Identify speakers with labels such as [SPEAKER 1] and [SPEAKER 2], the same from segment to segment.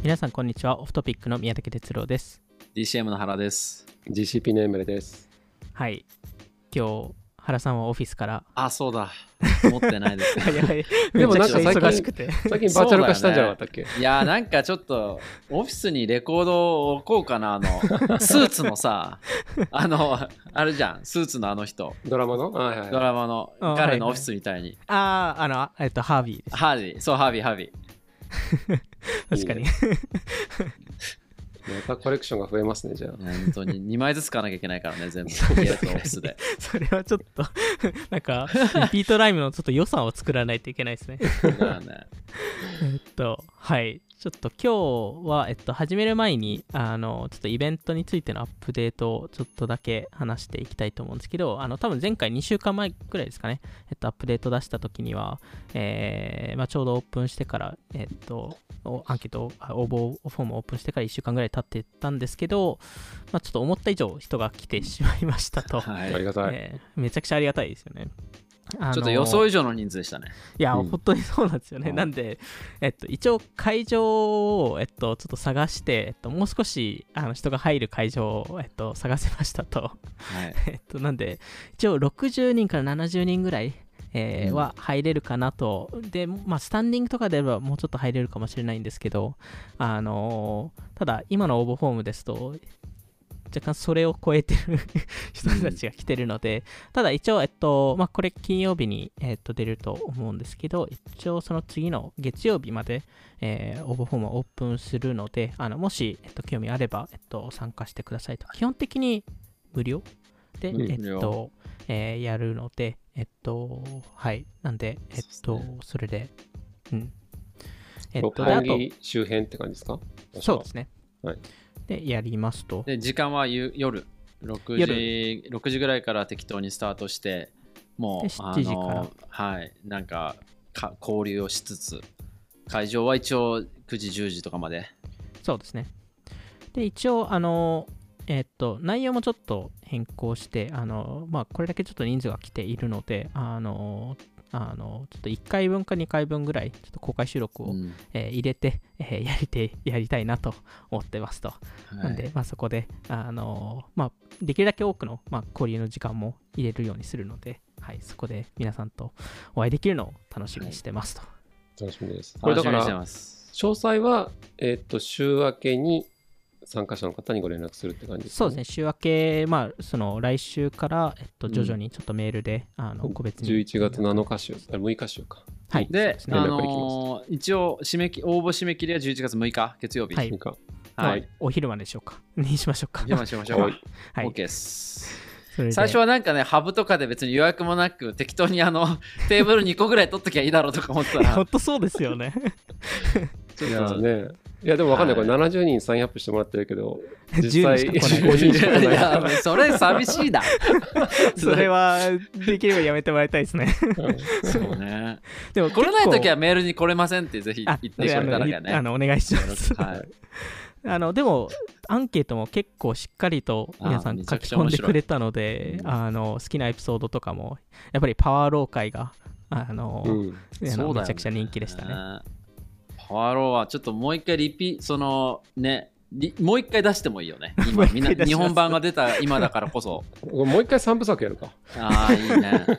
[SPEAKER 1] 皆さんこんにちは。オフトピックの宮武哲郎です。
[SPEAKER 2] DCM の原です。
[SPEAKER 3] GCP のエムレです。
[SPEAKER 1] はい、今日原さんはオフィスから
[SPEAKER 2] そうだ、持ってないです
[SPEAKER 1] いやいや
[SPEAKER 3] でもなんか
[SPEAKER 1] めちゃくちゃ忙しくて
[SPEAKER 3] 最近バーチャル化したんじゃなかったっけ？
[SPEAKER 2] いやなんかちょっとオフィスにレコードを置こうかな。スーツのさあるじゃん、スーツの人、
[SPEAKER 3] ドラマの、はいはい、
[SPEAKER 2] ドラマの彼のオフィスみたいに、
[SPEAKER 1] ハービーです。
[SPEAKER 2] ハービー、そうハービー
[SPEAKER 1] 確かに
[SPEAKER 3] またコレクションが増えますね。じゃあ
[SPEAKER 2] 本当に2枚ずつ買わなきゃいけないからね、全部家とオフィスで
[SPEAKER 1] それはちょっとなんかリピートライムのちょっと予算を作らないといけないですねはい、ちょっと今日は、始める前にちょっとイベントについてのアップデートをちょっとだけ話していきたいと思うんですけど、多分前回2週間前くらいですかね、アップデート出した時には、ちょうどオープンしてから、アンケート、応募フォームをオープンしてから1週間ぐらい経ってたんですけど、ちょっと思った以上人が来てしまいましたと、
[SPEAKER 3] はい、ありがたい、
[SPEAKER 1] めちゃくちゃありがたいですよね。
[SPEAKER 2] ちょっと予想以上の人数でしたね。
[SPEAKER 1] いや、本当にそうなんですよね。なんで、一応会場を、ちょっと探して、もう少し人が入る会場を、探せましたと。
[SPEAKER 2] はい、
[SPEAKER 1] なんで、一応60人から70人ぐらい、は入れるかなと。で、スタンディングとかであればもうちょっと入れるかもしれないんですけど、ただ、今の応募フォームですと、若干それを超えてる人たちが来てるので、ただ一応、これ金曜日に、出ると思うんですけど、一応その次の月曜日まで、応募フォームをオープンするので、もし、興味あれば、参加してくださいと。基本的に無料で、やるので、はい。なんで、それで、
[SPEAKER 3] 六本木周辺って感じですか？
[SPEAKER 1] そうですね。
[SPEAKER 3] はい。
[SPEAKER 1] でやりますと。
[SPEAKER 2] で時間は夜6時ぐらいから適当にスタートして、もう
[SPEAKER 1] 7時から
[SPEAKER 2] はい、なんか交流をしつつ、会場は一応9時10時とかまで。
[SPEAKER 1] そうですね。で一応内容もちょっと変更して、これだけちょっと人数が来ているので、ちょっと1回分か2回分ぐらいちょっと公開収録を、入れて、やりたいなと思ってますと。なんで、そこで、できるだけ多くの、交流の時間も入れるようにするので、はい、そこで皆さんとお会いできるのを楽しみにしてますと。
[SPEAKER 3] 楽しみです。これだから詳細は、週明けに参加者の方にご連絡するって感じですか？
[SPEAKER 1] そうですね、週明け、その来週から、徐々にちょっとメールで、個別に。
[SPEAKER 3] 11月7日週、6日週か。
[SPEAKER 1] はい。
[SPEAKER 2] で、
[SPEAKER 3] 連絡できます。
[SPEAKER 2] 一応応募締め切りは11月6日、月曜日。
[SPEAKER 1] はい。はい。お昼まででしょうか。にしましょうか。
[SPEAKER 2] しましょう。
[SPEAKER 1] はい。
[SPEAKER 2] OK です。
[SPEAKER 1] 最
[SPEAKER 2] 初はなんかね、ハブとかで別に予約もなく、適当にテーブル2個ぐらい取っときゃいいだろうとか思ったら。
[SPEAKER 1] 本当そうですよね。
[SPEAKER 3] いやね。いやでも分かんない、これ70人サインアップしてもらってるけど、
[SPEAKER 1] 実際
[SPEAKER 3] 50人しか来ない。
[SPEAKER 2] いや、それ寂しいな。
[SPEAKER 1] それはできればやめてもらいたいですね。
[SPEAKER 2] そうね。でも来れないときはメールに来れませんってぜひ言ってくれたらね。
[SPEAKER 1] お願いします。
[SPEAKER 2] はい。
[SPEAKER 1] でもアンケートも結構しっかりと皆さん書き込んでくれたので、好きなエピソードとかもやっぱりパワーロー会がめちゃくちゃ人気でしたね。
[SPEAKER 2] パワーローはちょっともう一回もう一回出してもいいよね。今みんな日本版が出た今だからこそ。
[SPEAKER 3] もう一回3部作やるか。
[SPEAKER 2] いいね。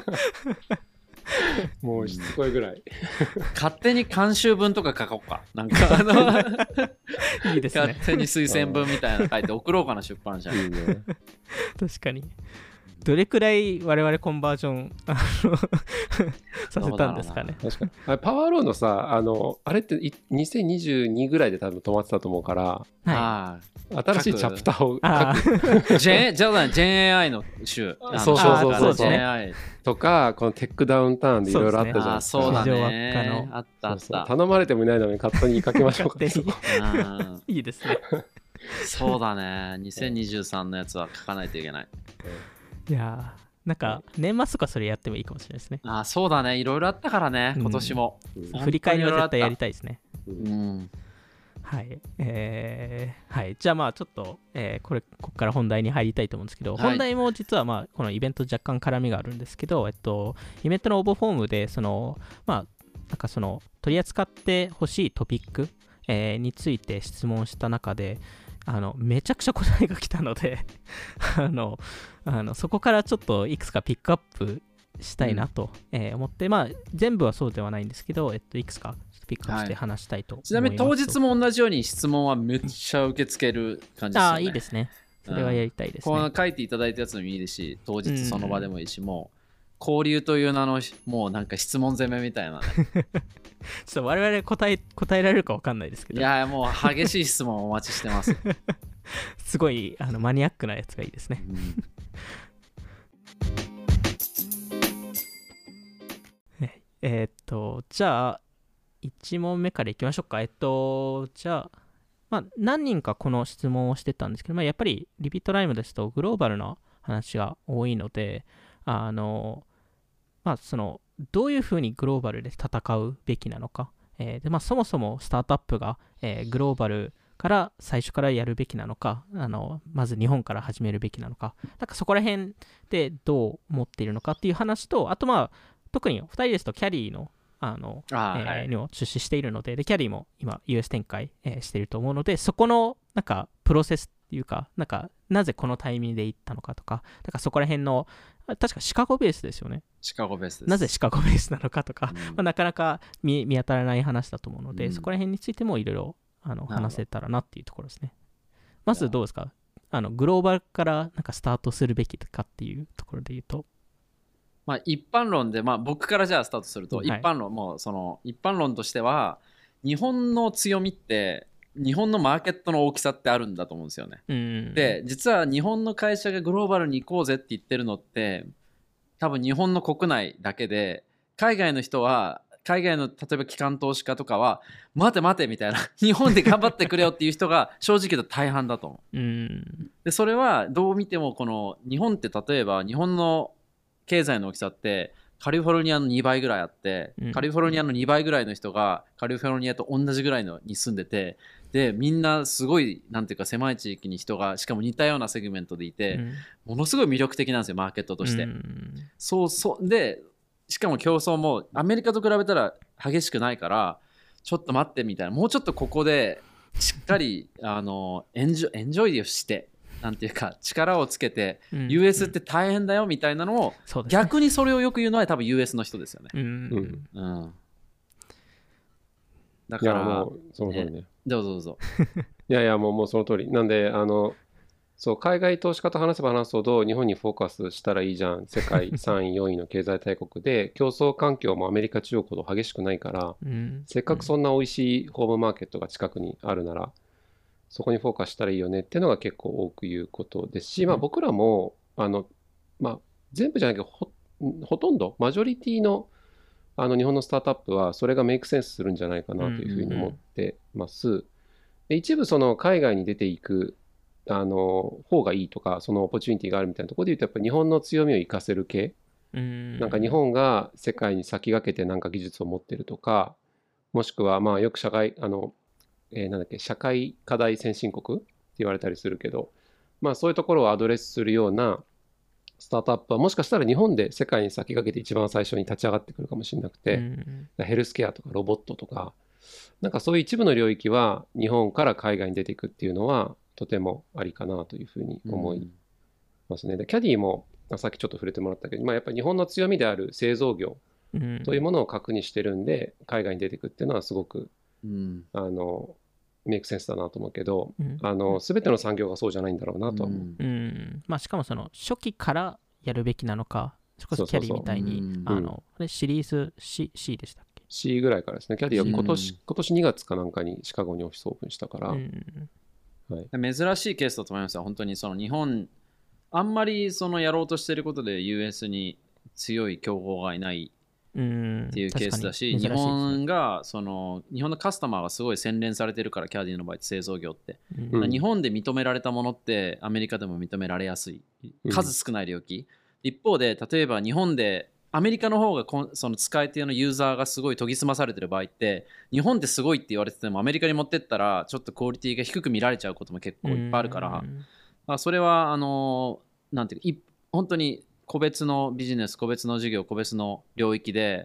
[SPEAKER 3] もうしつこいぐらい。
[SPEAKER 2] 勝手に監修文とか書こうか。なんか
[SPEAKER 1] いいですね。
[SPEAKER 2] 勝手に推薦文みたいなの書いて送ろうかな、出版社に。
[SPEAKER 3] いいね。
[SPEAKER 1] 確かに。どれくらい我々コンバージョンさせたんですかね。
[SPEAKER 3] 確かにパワーローのさ、あれって2022ぐらいで多分止まってたと思うから、
[SPEAKER 1] はい、
[SPEAKER 3] 新しいチャプターを
[SPEAKER 2] じゃあ JNAI の週。
[SPEAKER 3] そう
[SPEAKER 1] ですね。
[SPEAKER 3] とか、このテックダウンタウンでいろいろあったじゃないですか。
[SPEAKER 2] そうだね。あった
[SPEAKER 3] 頼まれてもいないのに勝手に書きましょうか。
[SPEAKER 1] いいですね。
[SPEAKER 2] そうだね。2023のやつは書かないといけない。
[SPEAKER 1] いやなんか年末とかそれやってもいいかもしれないですね。
[SPEAKER 2] そうだね。いろいろあったからね、今年も。
[SPEAKER 1] 振り返りは絶対やりたいですね。はい。はい。じゃあちょっと、ここから本題に入りたいと思うんですけど、本題も実はこのイベント若干絡みがあるんですけど、イベントの応募フォームでなんか取り扱ってほしいトピック、 について質問した中でめちゃくちゃ答えが来たのでそこからちょっといくつかピックアップしたいなと、思って、まあ全部はそうではないんですけど、いくつかピックアップして話したいと思います。
[SPEAKER 2] ちなみに当日も同じように質問はめっちゃ受け付ける感じですよね。
[SPEAKER 1] いいですね。それはやりたいですね。
[SPEAKER 2] この書いていただいたやつでもいいですし、当日その場でもいいし、もう交流という名のもうなんか質問攻めみたいな、ね、
[SPEAKER 1] ちょっと我々答えられるか分かんないですけど。
[SPEAKER 2] いやもう激しい質問お待ちしてます。
[SPEAKER 1] すごいマニアックなやつがいいですね。じゃあ1問目からいきましょうか。じゃあまあ何人かこの質問をしてたんですけど、まあ、やっぱりリピートライムですとグローバルな話が多いので、まあどういうふうにグローバルで戦うべきなのか、でまあ、そもそもスタートアップが、グローバルから最初からやるべきなのか、まず日本から始めるべきなのか、なんかそこら辺でどう思っているのかっていう話と、あとまあ特に2人ですとキャリーのにも出資しているので、キャリーも今 US 展開、していると思うので、そこのなんかプロセスっていうか、なんかなぜこのタイミングで行ったのかとか、なんかそこら辺の確かシカゴベースですよね。
[SPEAKER 2] シカゴベースです。
[SPEAKER 1] なぜシカゴベースなのかとか、まあ、なかなか見当たらない話だと思うので、そこら辺についてもいろいろ話せたらなっていうところですね。まずどうですか、グローバルからなんかスタートするべきかっていうところで言うと。
[SPEAKER 2] まあ、一般論で、まあ、僕からじゃあスタートすると、一般論も一般論としては日本の強みって日本のマーケットの大きさってあるんだと思うんですよね。で実は日本の会社がグローバルに行こうぜって言ってるのって多分日本の国内だけで、海外の人は海外の例えば機関投資家とかは待て待てみたいな日本で頑張ってくれよっていう人が正直言うと大半だと思う。でそれはどう見てもこの日本って例えば日本の経済の大きさってカリフォルニアの2倍ぐらいあって、カリフォルニアの2倍ぐらいの人がカリフォルニアと同じぐらいのに住んでて、でみんなすごいなんていうか狭い地域に人がしかも似たようなセグメントでいて、ものすごい魅力的なんですよマーケットとして。そうでしかも競争もアメリカと比べたら激しくないから、ちょっと待ってみたいな、もうちょっとここでしっかりエンジョイをしてなんていうか力をつけて、US って大変だよみたいなのを、逆にそれをよく言うのは多分 US の人ですよね。だから
[SPEAKER 3] もうその通りね。
[SPEAKER 2] どうぞどうぞ。
[SPEAKER 3] いやもうその通りなんで、そう海外投資家と話せば話すほど日本にフォーカスしたらいいじゃん。世界3位4位の経済大国で競争環境もアメリカ中国ほど激しくないから、せっかくそんな美味しいホームマーケットが近くにあるならそこにフォーカスしたらいいよねっていうのが結構多く言うことですし、まあ、僕らもまあ、全部じゃないけど ほとんどマジョリティの日本のスタートアップはそれがメイクセンスするんじゃないかなというふうに思ってます。で一部その海外に出ていく方がいいとか、そのオポチュニティがあるみたいなところで言うと、やっぱり日本の強みを生かせる系、なんか日本が世界に先駆けてなんか技術を持ってるとか、もしくはまあよく社会なんだっけ、社会課題先進国って言われたりするけど、まあそういうところをアドレスするようなスタートアップはもしかしたら日本で世界に先駆けて一番最初に立ち上がってくるかもしれなくて、ヘルスケアとかロボットとか、なんかそういう一部の領域は日本から海外に出ていくっていうのはとてもありかなというふうに思いますね。でキャディもさっきちょっと触れてもらったけど、まあ、やっぱり日本の強みである製造業というものを核にしてるんで、海外に出ていくっていうのはすごくメイクセンスだなと思うけど、全ての産業がそうじゃないんだろうなとは思う。
[SPEAKER 1] まあ、しかもその初期からやるべきなのか、それこそキャディみたいにシリーズ C でしたっけ？
[SPEAKER 3] C ぐらいからですね。キャディは今年2月かなんかにシカゴにオフィスオープンしたから、
[SPEAKER 2] 珍しいケースだと思いますよ。本当にその日本あんまりそのやろうとしていることで US に強い競合がいないっていうケースだし、日本が日本のカスタマーがすごい洗練されてるから、キャディの場合製造業って、日本で認められたものってアメリカでも認められやすい、数少ない領域、一方で例えば日本でアメリカの方がその使い手のユーザーがすごい研ぎ澄まされてる場合って、日本ってすごいって言われててもアメリカに持ってったらちょっとクオリティが低く見られちゃうことも結構いっぱいあるから、それはなんていうか本当に個別のビジネス、個別の事業、個別の領域で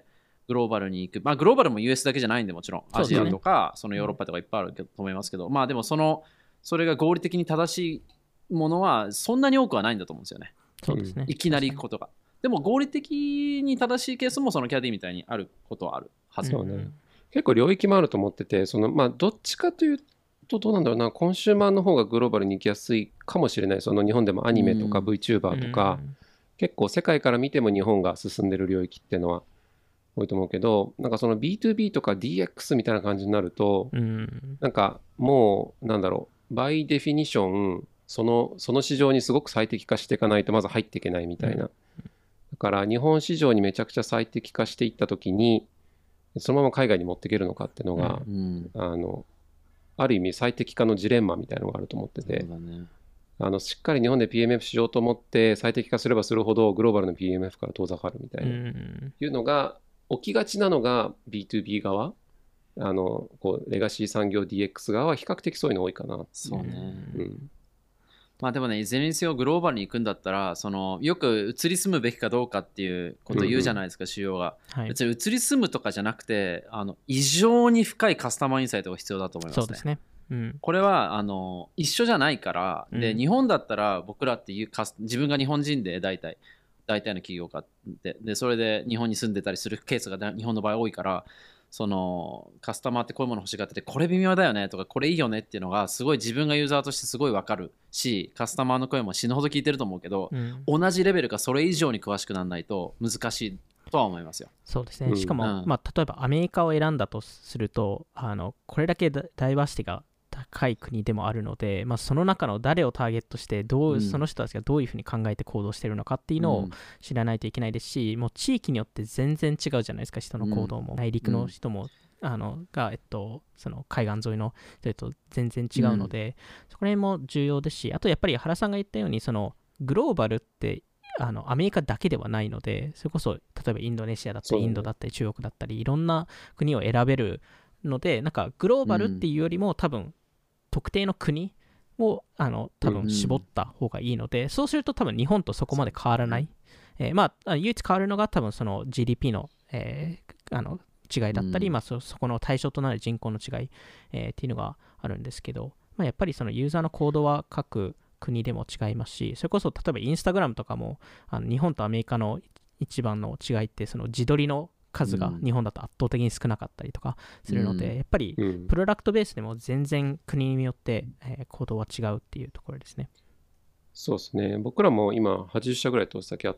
[SPEAKER 2] グローバルに行く、まあグローバルも US だけじゃないんでもちろんアジアとかそのヨーロッパとかいっぱいあると思いますけど、まあでもそれが合理的に正しいものはそんなに多くはないんだと思うんですよね。
[SPEAKER 1] そうですね。
[SPEAKER 2] いきなり行くことが。でも合理的に正しいケースもそのキャディみたいにあることはあるはず。
[SPEAKER 3] そうね。結構領域もあると思ってて、まあどっちかというとどうなんだろうな、コンシューマーの方がグローバルに行きやすいかもしれない。その日本でもアニメとか VTuber とか、結構世界から見ても日本が進んでる領域っていうのは多いと思うけど、なんかその B2B とか DX みたいな感じになると、なんかもうなんだろう、バイデフィニションその市場にすごく最適化していかないとまず入っていけないみたいな。だから日本市場にめちゃくちゃ最適化していった時にそのまま海外に持っていけるのかっていうのが、ある意味最適化のジレンマみたいなのがあると思ってて、しっかり日本で PMF しようと思って最適化すればするほどグローバルの PMF から遠ざかるみたいな、いうのが起きがちなのが B2B 側、こうレガシー産業 DX 側は比較的そういうの多いかな。
[SPEAKER 2] そうね。まあでもね、いずれにせよグローバルに行くんだったら、よく移り住むべきかどうかっていうことを言うじゃないですか、主要が。別に移り住むとかじゃなくて、異常に深いカスタマーインサイトが必要だと思いますね。
[SPEAKER 1] そうですね。
[SPEAKER 2] これは一緒じゃないから、で日本だったら僕らっていう自分が日本人で大体の企業家でそれで日本に住んでたりするケースが日本の場合多いから、カスタマーってこういうもの欲しがっててこれ微妙だよねとかこれいいよねっていうのがすごい自分がユーザーとしてすごい分かるし、カスタマーの声も死ぬほど聞いてると思うけど、同じレベルかそれ以上に詳しくならないと難しいとは思いますよ。
[SPEAKER 1] そうですね。しかも、まあ、例えばアメリカを選んだとするとこれだけダイバーシティが高い国でもあるので、まあ、その中の誰をターゲットしてその人たちがどういうふうに考えて行動しているのかっていうのを知らないといけないですし、もう地域によって全然違うじゃないですか、人の行動も。内陸の人もその海岸沿いの人と全然違うので、そこら辺も重要ですし、あとやっぱり原さんが言ったようにグローバルってアメリカだけではないので、それこそ例えばインドネシアだったりインドだったり中国だったりいろんな国を選べるので、なんかグローバルっていうよりも多分特定の国を多分絞った方がいいので、そうすると多分日本とそこまで変わらない、まあ唯一変わるのが多分その GDP の、違いだったり、まあ、そこの対象となる人口の違い、っていうのがあるんですけど、まあ、やっぱりそのユーザーの行動は各国でも違いますし、それこそ例えばインスタグラムとかも日本とアメリカの一番の違いってその自撮りの数が日本だと圧倒的に少なかったりとかするので、やっぱりプロダクトベースでも全然国によって、行動は違うっていうところですね。
[SPEAKER 3] そうですね。僕らも今80社ぐらい投資先あって、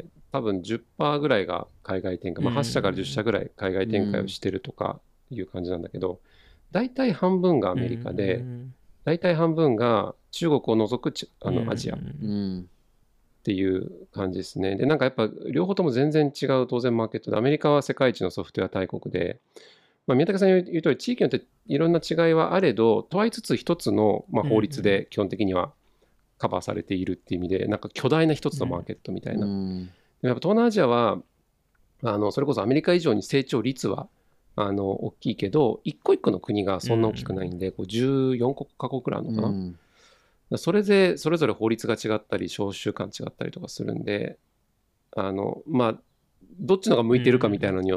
[SPEAKER 3] 多分 10% ぐらいが海外展開、まあ、8社から10社ぐらい海外展開をしてるとかいう感じなんだけど、大体半分がアメリカで、大体半分が中国を除くアジアっていう感じですね。で、なんかやっぱ両方とも全然違う当然マーケットで、アメリカは世界一のソフトウェア大国で、まあ、宮武さん言う通り地域によっていろんな違いはあれど、とはいつつ一つのまあ法律で基本的にはカバーされているっていう意味で、なんか巨大な一つのマーケットみたいな。やっぱ東南アジアはそれこそアメリカ以上に成長率は大きいけど、一個一個の国がそんな大きくないんで、こう14カ国くらいあるのかな。それぞれ法律が違ったり、商習慣違ったりとかするんで、まあ、どっちのが向いてるかみたいなのによって、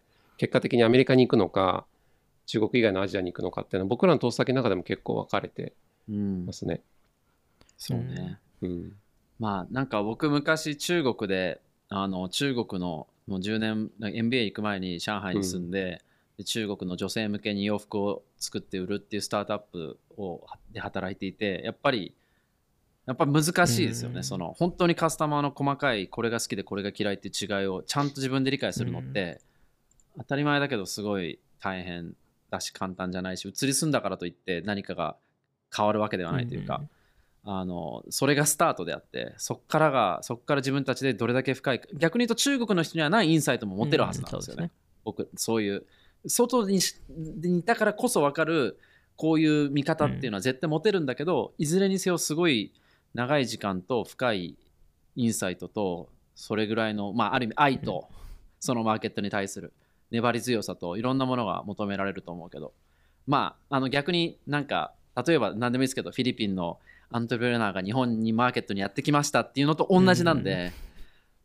[SPEAKER 3] 結果的にアメリカに行くのか、中国以外のアジアに行くのかっていうのは、僕らの投資先の中でも結構分かれてますね。
[SPEAKER 2] そうね。まあ、なんか僕昔中国で、中国のもう10年 MBA 行く前に上海に住んで、中国の女性向けに洋服を作って売るっていうスタートアップで働いていて、やっぱ難しいですよね。本当にカスタマーの細かいこれが好きでこれが嫌いっていう違いをちゃんと自分で理解するのって、当たり前だけどすごい大変だし簡単じゃないし、移り住んだからといって何かが変わるわけではないというか、それがスタートであって、そこから自分たちでどれだけ深い、逆に言うと中国の人にはないインサイトも持てるはずなんですよね。僕そういう外にいたからこそ分かるこういう見方っていうのは絶対持てるんだけど、いずれにせよすごい長い時間と深いインサイトとそれぐらいの、まあ、ある意味愛とそのマーケットに対する粘り強さといろんなものが求められると思うけど、まあ、逆になんか例えば何でもいいですけど、フィリピンのアントレプレナーが日本にマーケットにやってきましたっていうのと同じなんで、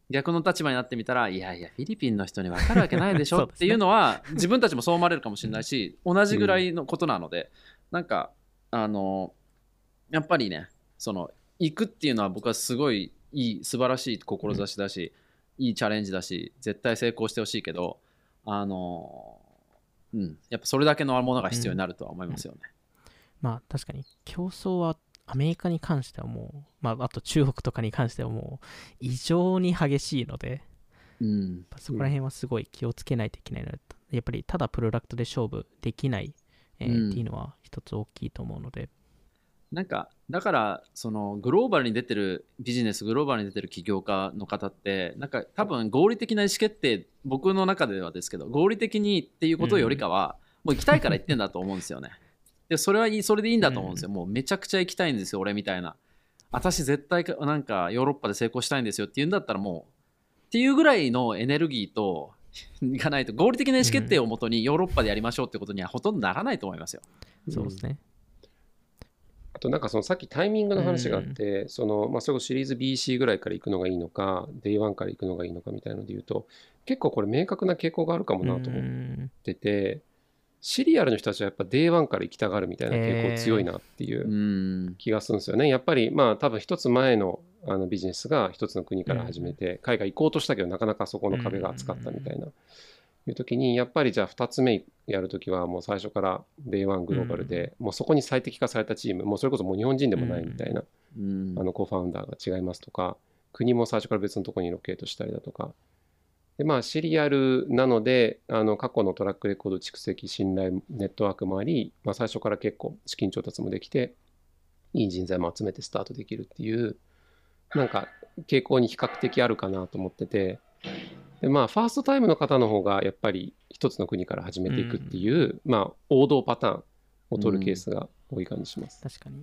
[SPEAKER 2] 逆の立場になってみたら、いやいやフィリピンの人に分かるわけないでしょっていうのは自分たちもそう思われるかもしれないし、同じぐらいのことなので、なんかやっぱりね、その行くっていうのは僕はすごい素晴らしい志だし、いいチャレンジだし、絶対成功してほしいけど、やっぱそれだけのものが必要になるとは思いますよね。
[SPEAKER 1] まあ確かに競争はアメリカに関してはもう、あと中国とかに関してはもう異常に激しいので、そこら辺はすごい気をつけないといけないので、やっぱりただプロダクトで勝負できない、っていうのは一つ大きいと思うので、
[SPEAKER 2] なんかだからそのグローバルに出てるビジネス、グローバルに出てる起業家の方ってなんか多分合理的な意思決定、僕の中ではですけど合理的にっていうことよりかは、もう行きたいから行ってんだと思うんですよね。でそれでいいんだと思うんですよ。もうめちゃくちゃ行きたいんですよ俺みたいな、私絶対なんかヨーロッパで成功したいんですよっていうんだったら、もうっていうぐらいのエネルギーといかないと、合理的な意思決定をもとにヨーロッパでやりましょうってことにはほとんどならないと思いますよ。
[SPEAKER 1] そうですね。
[SPEAKER 3] あとなんかそのさっきタイミングの話があって、それこそシリーズ BC ぐらいから行くのがいいのか、Day1 から行くのがいいのかみたいなので言うと、結構これ明確な傾向があるかもなと思ってて、シリアルの人たちはやっぱ Day1 から行きたがるみたいな傾向強いなっていう気がするんですよね。やっぱり多分一つ前のビジネスが一つの国から始めて、海外行こうとしたけどなかなかそこの壁が厚かったみたいな。いう時にやっぱりじゃあ2つ目やるときはもう最初から Day1 グローバルで、もうそこに最適化されたチーム、もうそれこそもう日本人でもないみたいな、コファウンダーが違いますとか、国も最初から別のところにロケートしたりだとかで、シリアルなので過去のトラックレコード蓄積信頼ネットワークもあり、最初から結構資金調達もできていい人材も集めてスタートできるっていうなんか傾向に比較的あるかなと思ってて、でファーストタイムの方の方がやっぱり一つの国から始めていくっていう、王道パターンを取るケースが多い感じします。
[SPEAKER 1] 確かに。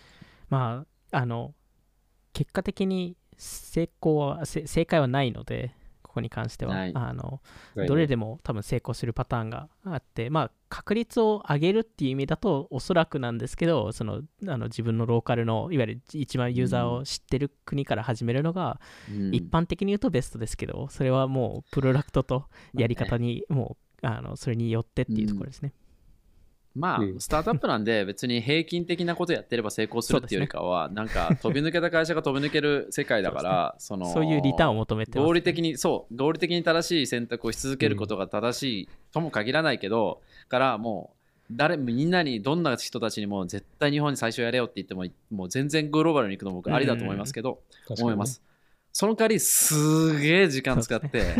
[SPEAKER 1] 結果的に正解はないので、ここに関してはどれでも多分成功するパターンがあって、確率を上げるっていう意味だとおそらくなんですけど、自分のローカルのいわゆる一番ユーザーを知ってる国から始めるのが、一般的に言うとベストですけど、それはもうプロダクトとやり方にもうそれによってっていうところですね。
[SPEAKER 2] スタートアップなんで別に平均的なことやってれば成功するっていうよりかは、なんか飛び抜けた会社が飛び抜ける世界だから、
[SPEAKER 1] そういうリターンを求めてますね。
[SPEAKER 2] 合理的に正しい選択をし続けることが正しいとも限らないけど、からもうみんなにどんな人たちにも絶対日本に最初やれよって言っても、もう全然グローバルに行くの僕ありだと思いますけど、思います。その代わりすげえ時間使って、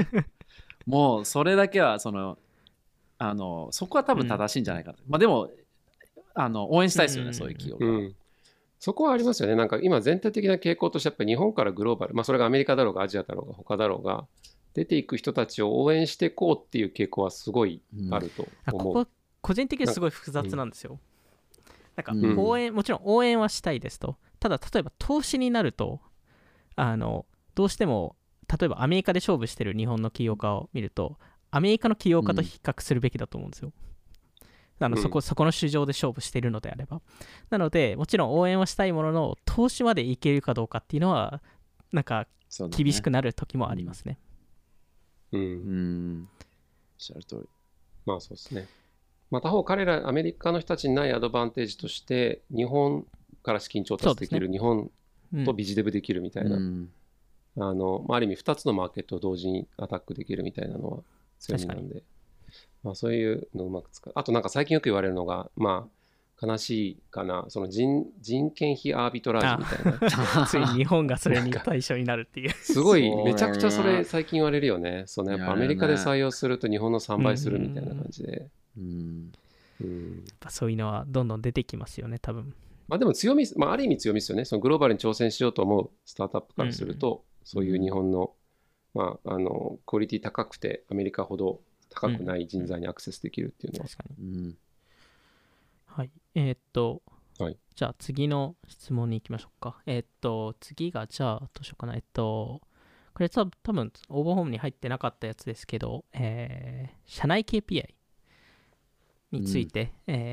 [SPEAKER 2] もうそれだけはそこは多分正しいんじゃないかな。でも応援したいですよね、そういう企業が。
[SPEAKER 3] そこはありますよね。なんか今全体的な傾向としてやっぱり日本からグローバル、それがアメリカだろうがアジアだろうが他だろうが出ていく人たちを応援していこうっていう傾向はすごいあると思う。
[SPEAKER 1] ここ個人的にすごい複雑なんですよ。なんかもちろん応援はしたいですと。ただ例えば投資になるとどうしても例えばアメリカで勝負してる日本の起業家を見ると、アメリカの起業家と比較するべきだと思うんですよ。そこの市場で勝負しているのであれば。なのでもちろん応援はしたいものの、投資までいけるかどうかっていうのはなんか厳しくなる時もありますね。
[SPEAKER 2] おっしゃる通り。
[SPEAKER 3] そうですね。他方彼らアメリカの人たちにないアドバンテージとして、日本から資金調達できる、日本とビジデブできるみたいな、ある意味2つのマーケットを同時にアタックできるみたいなのは強みなんで、そういうのをうまく使う。あとなんか最近よく言われるのが、悲しいかな、その人件費アービトラージみたいな。
[SPEAKER 1] つい日本がそれに対象になるっていう。
[SPEAKER 3] すごいめちゃくちゃそれ最近言われるよね。やっぱアメリカで採用すると日本の3倍するみたいな感じで。
[SPEAKER 1] やっぱそういうのはどんどん出てきますよね、多分。
[SPEAKER 3] でも強み、ある意味強みですよね。そのグローバルに挑戦しようと思うスタートアップからすると、そういう日本の、クオリティ高くてアメリカほど高くない人材にアクセスできるっていうのは。
[SPEAKER 1] 確かに。はい。
[SPEAKER 3] はい、
[SPEAKER 1] じゃあ次の質問に行きましょうか。次がじゃあどうしようかな。これ多分応募フォームに入ってなかったやつですけど、社内 KPI について、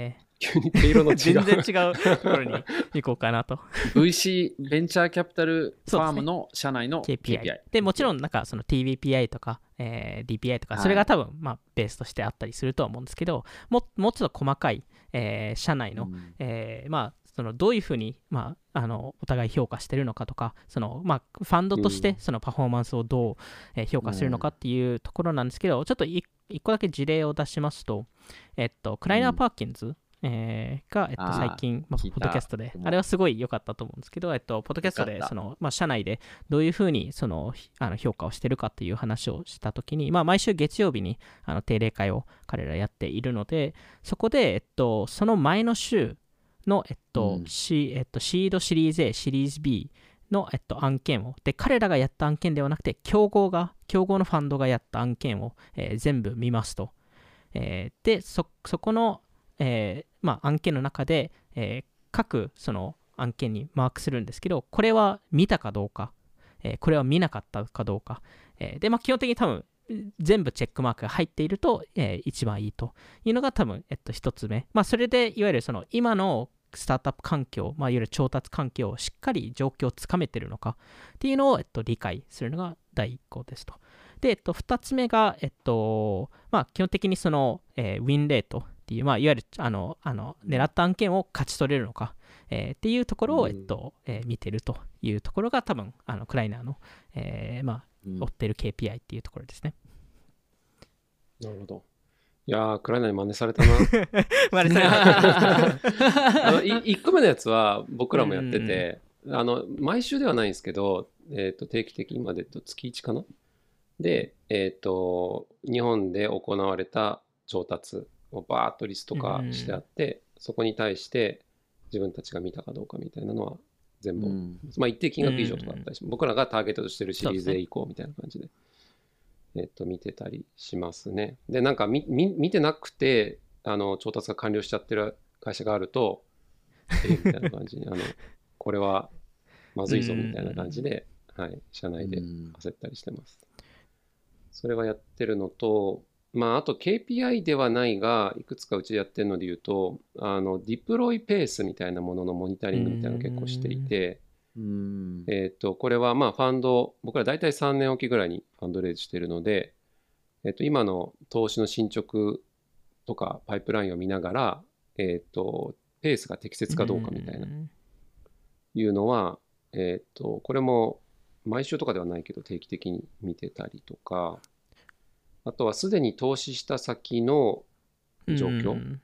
[SPEAKER 3] 急に毛色の違う
[SPEAKER 1] 全然違うところに行こうかなと。
[SPEAKER 2] VC ベンチャーキャピタルファームの社内の KPI。
[SPEAKER 1] で、もちろんなんかその TVPI とか、DPI とか、それが多分、まあ、ベースとしてあったりするとは思うんですけど、もうちょっと細かい、社内の、まあ、そのどういうふうに、まあ、お互い評価してるのかとか、そのまあ、ファンドとしてそのパフォーマンスをどう、評価するのかっていうところなんですけど、ちょっと一個だけ事例を出しますと、クライナー・パーキンズ、が、最近、まあ、ポッドキャストで、あれはすごい良かったと思うんですけど、ポッドキャストでその、まあ、社内でどういうふうにその評価をしてるかっていう話をしたときに、まあ、毎週月曜日に定例会を彼らやっているので、そこで、その前の週の、シードシリーズ A、シリーズ B の、案件を、で、彼らがやった案件ではなくて、競合のファンドがやった案件を、全部見ますと。で、そこの、まあ、案件の中で、各その案件にマークするんですけど、これは見たかどうか、これは見なかったかどうか、で、まあ、基本的に多分全部チェックマークが入っていると、一番いいというのが多分、一つ目。まあ、それでいわゆるその今のスタートアップ環境、まあ、いわゆる調達環境をしっかり状況をつかめているのかっていうのを、理解するのが第一個ですと。で、2つ目が、まあ、基本的にその、ウィンレートっていう、まあ、いわゆる狙った案件を勝ち取れるのか、っていうところを、見てるというところが多分クライナーの、まあ、追ってる KPI っていうところですね。
[SPEAKER 3] なるほど。いやー、クライナーに真似されたな。
[SPEAKER 1] 真似された。
[SPEAKER 3] 1個目のやつは僕らもやってて、毎週ではないんですけど、定期的にまで月1かなで、日本で行われた調達をバーッとリスト化してあって、そこに対して自分たちが見たかどうかみたいなのは全部、まあ一定金額以上とかあったりし、僕らがターゲットとしてるシリーズ A 以降みたいな感じで、見てたりしますね。で、なんか見てなくて、調達が完了しちゃってる会社があると、みたいな感じに、これはまずいぞみたいな感じで、はい、社内で焦ったりしてます。それはやってるのと、まあ、あと KPI ではないが、いくつかうちでやってるので言うと、ディプロイペースみたいなもののモニタリングみたいなのを結構していて、これはまあファンド、僕ら大体3年おきぐらいにファンドレイズしているので、今の投資の進捗とかパイプラインを見ながら、ペースが適切かどうかみたいな、いうのは、これも毎週とかではないけど定期的に見てたりとか、あとはすでに投資した先の状況、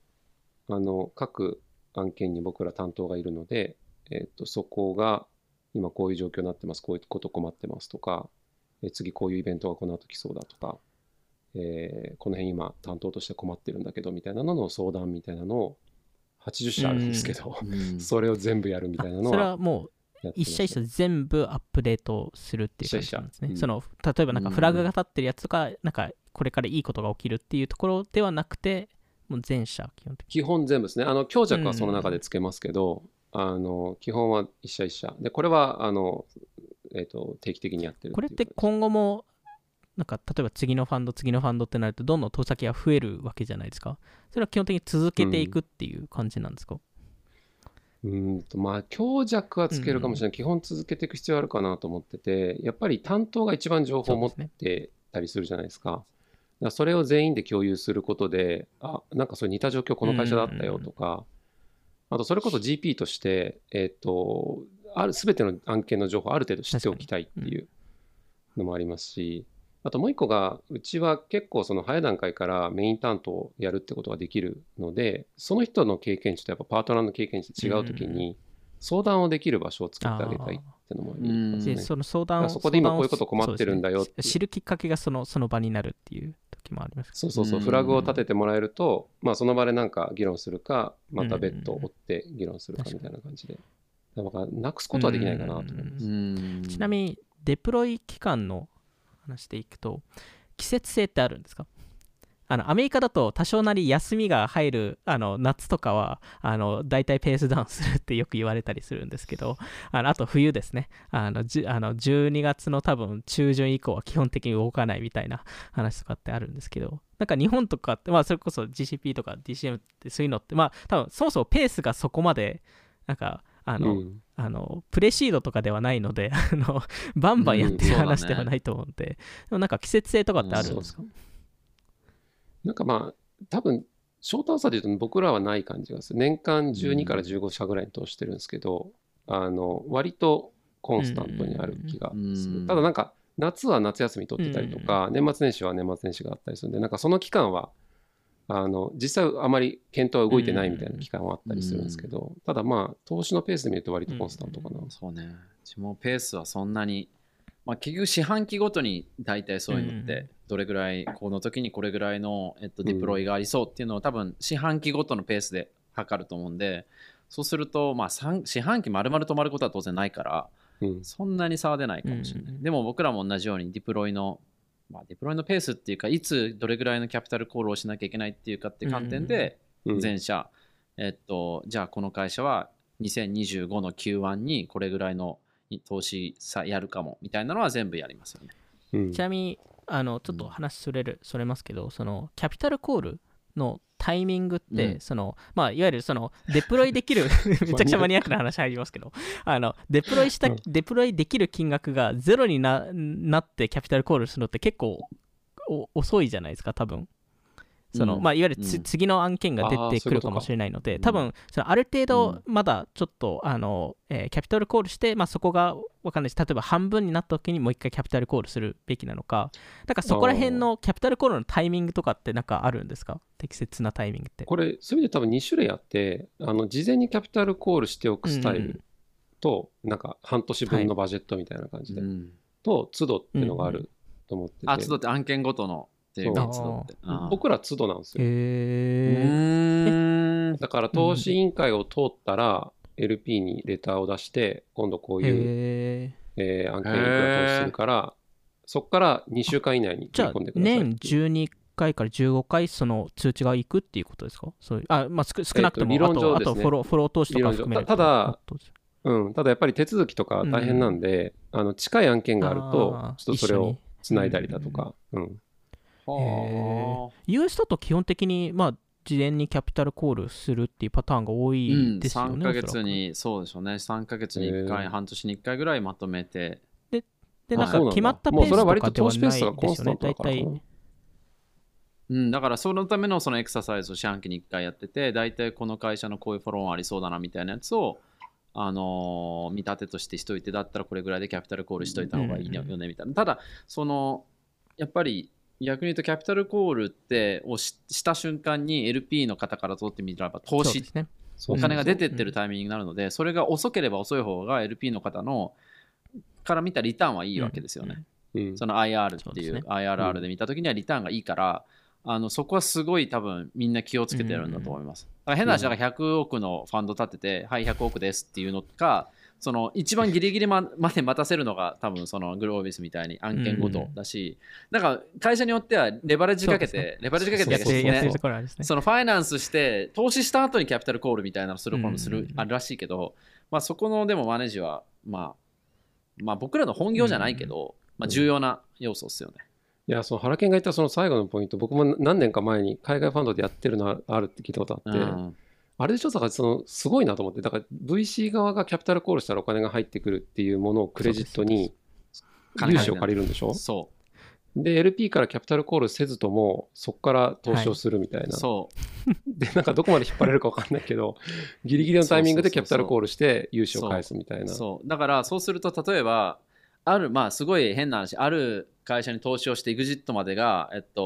[SPEAKER 3] 各案件に僕ら担当がいるので、そこが今こういう状況になってます、こういうこと困ってますとか、次こういうイベントがこの後来そうだとか、この辺今担当として困ってるんだけどみたいなのの相談みたいなのを80社あるんですけど、それを全部やるみたいなのは。
[SPEAKER 1] それはもう一社一社全部アップデートするっていう感じなんですね。その例えばなんかフラグが立ってるやつとか、なんかこれからいいことが起きるっていうところではなくて、もう全社
[SPEAKER 3] 基本全部ですね。強弱はその中でつけますけど、基本は一社一社で、これは定期的にやってる。
[SPEAKER 1] これって今後もなんか例えば次のファンドってなるとどんどん投資先が増えるわけじゃないですか。それは基本的に続けていくっていう感じなんですか？
[SPEAKER 3] まあ強弱はつけるかもしれない、基本続けていく必要あるかなと思ってて、やっぱり担当が一番情報を持ってたりするじゃないですか。だからそれを全員で共有することで、なんかそれ似た状況この会社だったよとか、あとそれこそ GP として全ての案件の情報をある程度知っておきたいっていうのもありますし、あともう一個が、うちは結構その早い段階からメイン担当をやるってことができるので、その人の経験値とやっぱパートナーの経験値と違うときに相談をできる場所を作ってあげたいっていうのもありますね。
[SPEAKER 1] でその相談を
[SPEAKER 3] そこで今こういうこと困ってるんだよって、
[SPEAKER 1] 知るきっかけがその場になるっていう時もあります。
[SPEAKER 3] そうフラグを立ててもらえると、まあその場でなんか議論するか、また別途追って議論するかみたいな感じで、だからなくすことはできないかなと思います。
[SPEAKER 1] ちなみにデプロイ期間の話でいくと、季節性ってあるんですか？ アメリカだと多少なり休みが入る夏とかは大体ペースダウンするってよく言われたりするんですけど、あと冬ですね、12月の多分中旬以降は基本的に動かないみたいな話とかってあるんですけど、なんか日本とかって、まあ、それこそ GCP とか DCM ってそういうのって、まあ多分そもそもペースがそこまでなんかプレシードとかではないのでバンバンやってる話ではないと思うんで、でもなんか季節性とかってあるんですか？
[SPEAKER 3] なんかまあ多分ショートアンサーで言うと僕らはない感じがする。年間12から15社ぐらいに投資してるんですけど、割とコンスタントにある気がする。ただなんか夏は夏休み取ってたりとか、年末年始は年末年始があったりするんで、なんかその期間は実際あまり検討は動いてないみたいな期間はあったりするんですけど、ただまあ投資のペースで見ると割とコンスタントかな。
[SPEAKER 2] そうね。うちもペースはそんなに、まあ、結局四半期ごとに大体そういうのってどれぐらいこの時にこれぐらいの、ディプロイがありそうっていうのを多分四半期ごとのペースで測ると思うんで、そうするとまあ四半期丸々止まることは当然ないから、そんなに差は出ないかもしれない。でも僕らも同じようにディプロイのペースっていうか、いつどれぐらいのキャピタルコールをしなきゃいけないっていうかっていう観点で全社、じゃあこの会社は2025の Q1 にこれぐらいの投資やるかもみたいなのは全部やりますよね。
[SPEAKER 1] ちなみにちょっと話それますけど、そのキャピタルコールのタイミングって、まあ、いわゆるデプロイできるめちゃくちゃマニアックな話入りますけど、デプロイできる金額がゼロに なってキャピタルコールするのって結構遅いじゃないですか、多分。まあ、いわゆる次の案件が出てくるかもしれないので、多分ある程度まだちょっとキャピタルコールして、まあ、そこが分かんないです。例えば半分になった時にもう一回キャピタルコールするべきなのか、なんかそこら辺のキャピタルコールのタイミングとかってなんかあるんですか？適切なタイミングって。
[SPEAKER 3] これそういう意味で多分2種類あって、事前にキャピタルコールしておくスタイルと、なんか半年分のバジェットみたいな感じで、と都度っていうのがあると思ってて、
[SPEAKER 2] 都度って案件ごとの
[SPEAKER 3] 僕ら都度なんですよ。だから投資委員会を通ったら LP にレターを出して、今度こういう、案件いくら投資するから、そこから2週間以内に振り込んでください。
[SPEAKER 1] じゃあ年12回から15回その通知がいくっていうことですか？そういうまあ、少なくとも、
[SPEAKER 3] 理論上ですね、
[SPEAKER 1] あとフォロー投資とか含めると。
[SPEAKER 3] ただやっぱり手続きとか大変なんで、近い案件があるとちょっとそれをつないだりだとか。
[SPEAKER 1] US だと基本的に、まあ、事前にキャピタルコールするっていうパターンが多いですよね。
[SPEAKER 2] 3ヶ月に、そうでしょうね。3ヶ月に1回、半年に1回ぐらいまとめて。
[SPEAKER 1] でなんか決まったペースとかではないですよね、大体。
[SPEAKER 2] だからそのためのそのエクササイズを四半期に1回やってて、大体この会社のこういうフォローありそうだなみたいなやつを、見立てとしてしといて、だったらこれぐらいでキャピタルコールしといた方がいいよねみたいな。ただ、やっぱり、逆に言うとキャピタルコールってをした瞬間に LP の方からとってみれば投資、お金が出てってるタイミングになるので、それが遅ければ遅い方が LP の方のから見たリターンはいいわけですよね。その IR っていう IRR で見た時にはリターンがいいから、そこはすごい多分みんな気をつけてるんだと思います。だから変な話、だから100億のファンド立てて、はい100億ですっていうのか、一番ギリギリまで待たせるのが多分グロービスみたいに案件ごとだし、なんか会社によってはレバレッジかけて、レバレッジかけてそのファイナンスして投資した後にキャピタルコールみたいなのするあるらしいけど、まあそこのでもマネージはまあ僕らの本業じゃないけど、まあ重要な要素ですよね。
[SPEAKER 3] いや、原健が言ったその最後のポイント、僕も何年か前に海外ファンドでやってるのあるって聞いたことあって、あれでちょっとすごいなと思って、だから VC 側がキャピタルコールしたらお金が入ってくるっていうものをクレジットに融資を借りるんでしょ。そうで LP からキャピタルコールせずともそこから投資をするみたいな、でなんかどこまで引っ張れるか分かんないけどギリギリのタイミングでキャピタルコールして融資を返すみたいな。
[SPEAKER 2] だからそうすると例えばすごい変な話、ある会社に投資をして EXIT までが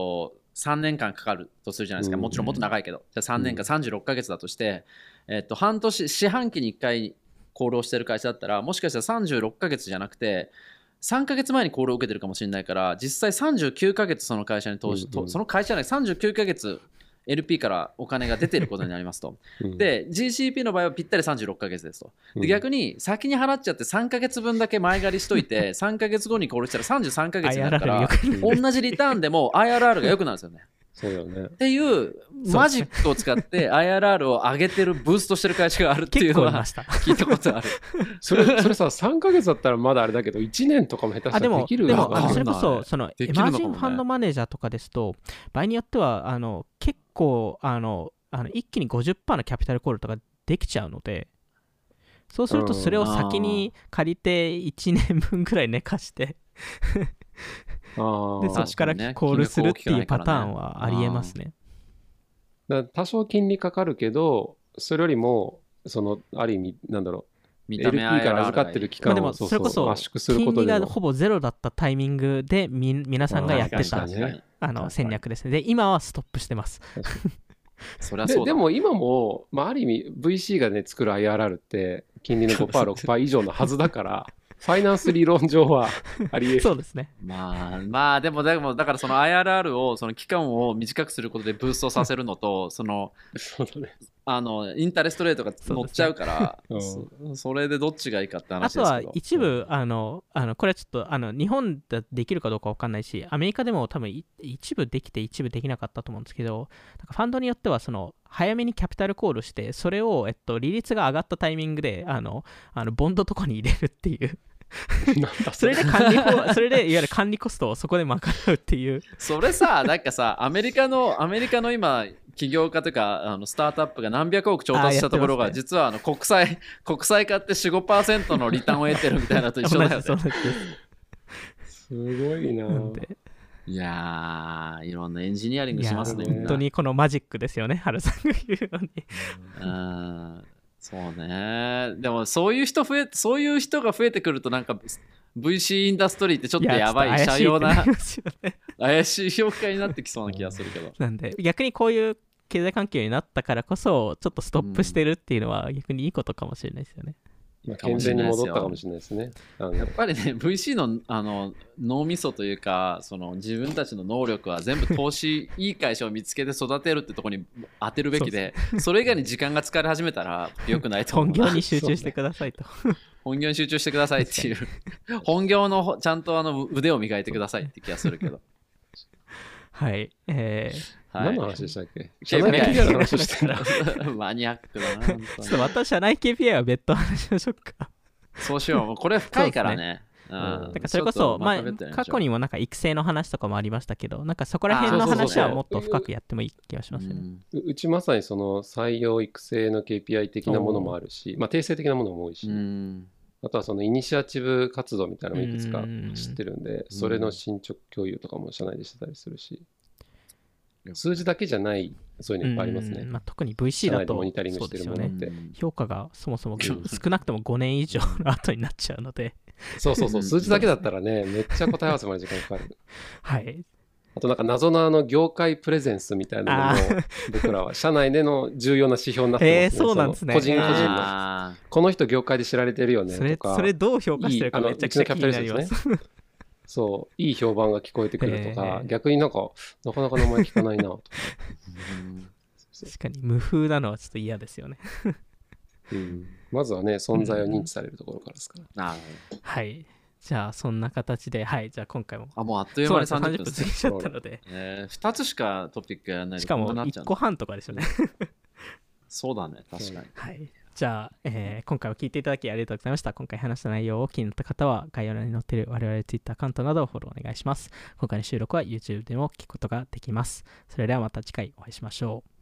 [SPEAKER 2] 3年間かかるとするじゃないですか。もちろんもっと長いけど、じゃあ3年間36ヶ月だとして、四半期に1回コールをしてる会社だったら、もしかしたら36ヶ月じゃなくて3ヶ月前にコールを受けてるかもしれないから、実際39ヶ月その会社に投資、その会社じゃない39ヶ月 LP からお金が出てることになりますと。で GCP の場合はぴったり36ヶ月ですと。で逆に先に払っちゃって3ヶ月分だけ前借りしといて3ヶ月後にコールしたら33ヶ月になるから同じリターンでも IRR が良くなるんですよね。
[SPEAKER 3] そうよね。
[SPEAKER 2] っていうマジックを使って IRR を上げてるブーストしてる会社があるっていうのは聞いたことある。
[SPEAKER 3] それさ3ヶ月だったらまだあれだけど1年とかも下手したらできる
[SPEAKER 1] でもそれこそそのエマージングファンドマネージャーとかですと場合によっては結構一気に 50% のキャピタルコールとかできちゃうので、そうするとそれを先に借りて1年分ぐらい寝かしてでそっからコールするっていうパターンはありえますね。
[SPEAKER 3] だ多少金利かかるけど、それよりもある意味なんだろう、LP から預かってる期間を
[SPEAKER 1] それこそ金利がほぼゼロだったタイミングで皆さんがやってた戦略ですね。で今はストップしてます。
[SPEAKER 2] そりゃそうだ。
[SPEAKER 3] でも今も、ある意味 VC がね作る IRR って金利の 5%、6% 以上のはずだからファイナンス理論上はありえる。
[SPEAKER 1] そうですね。
[SPEAKER 2] まあでもだからその IRR をその期間を短くすることでブーストさせるのとそうだね、インタレストレートが乗っちゃうから それでどっちがいいかって話ですけど、
[SPEAKER 1] あとは一部これはちょっと日本でできるかどうか分かんないし、アメリカでも多分一部できて一部できなかったと思うんですけど、なんかファンドによっては早めにキャピタルコールしてそれを利率が上がったタイミングでボンドとかに入れるっていうそれでいわゆる管理コストをそこで賄うっていう
[SPEAKER 2] それさ、なんかさアメリカの今起業家とかスタートアップが何百億調達したところが、実は国債買って 4,5% のリターンを得てるみたいなのと一緒だよね。
[SPEAKER 3] すごいな。
[SPEAKER 2] いやいろんなエンジニアリングしますね。
[SPEAKER 1] 本当にこのマジックですよね、ハルさんが言うように。
[SPEAKER 2] そうね。でもそういう人が増えてくるとなんか VC インダストリーってちょっとやばい社用な怪しい評価になってきそうな気がするけど。
[SPEAKER 1] なんで逆にこういう経済環境になったからこそちょっとストップしてるっていうのは逆にいいことかもしれないですよね。
[SPEAKER 3] 健全に戻ったかもしれないですね。
[SPEAKER 2] やっぱりね VC の脳みそというか自分たちの能力は全部投資いい会社を見つけて育てるってところに当てるべきで、それ以外に時間が使われ始めたら良くないと思う。
[SPEAKER 1] 本業に集中してくださいと
[SPEAKER 2] 本業に集中してくださいっていう本業のちゃんと腕を磨いてくださいって気がするけど
[SPEAKER 1] はい、
[SPEAKER 3] 何の話でしたっけ？
[SPEAKER 2] 社内 KPI の話してたマニアックだな。ちょ
[SPEAKER 1] っとまた社内 KPI は別途話しましょうか。
[SPEAKER 2] そうしよう。これ深いからね。
[SPEAKER 1] だからそれこそ、過去にもなんか育成の話とかもありましたけど、なんかそこら辺の話はもっと深くやってもいい気がしますね。
[SPEAKER 3] うちまさにその採用育成の KPI 的なものもあるし、定性的なものも多いし、あとはそのイニシアチブ活動みたいなのもいくつか知ってるんで、それの進捗共有とかも社内でしてたりするし、数字だけじゃないそういうのいっぱいありますね。
[SPEAKER 1] 特に VC だと
[SPEAKER 3] モニタリングしてるものって、
[SPEAKER 1] 評価がそもそも少なくとも5年以上の後になっちゃうので
[SPEAKER 3] そう数字だけだったらねめっちゃ答え合わせまで時間かかる。
[SPEAKER 1] はい。
[SPEAKER 3] あとなんか謎の業界プレゼンスみたいなのも僕らは社内での重要な指標になってますね。
[SPEAKER 1] そうなんですね。
[SPEAKER 3] 個人のこの人業界で知られてるよねとか、
[SPEAKER 1] それどう評価してるかめちゃくちゃ気になります。
[SPEAKER 3] そういい評判が聞こえてくるとか、逆になんかなかなか名前聞かないなとか
[SPEAKER 1] 確かに無風なのはちょっと嫌ですよね。
[SPEAKER 3] まずはね存在を認知されるところからですから、
[SPEAKER 1] はい。じゃあそんな形で、はい、じゃあ今回も
[SPEAKER 2] もうあっという間に
[SPEAKER 1] 30分過ぎちゃったので、
[SPEAKER 2] 2つしかトピックやらないで
[SPEAKER 1] しかも1個半とかですよね。
[SPEAKER 2] そうだね、確かに。
[SPEAKER 1] はい。じゃあ、今回は聞いていただきありがとうございました。今回話した内容を気になった方は概要欄に載っている我々 Twitter アカウントなどをフォローお願いします。今回の収録は YouTube でも聞くことができます。それではまた次回お会いしましょう。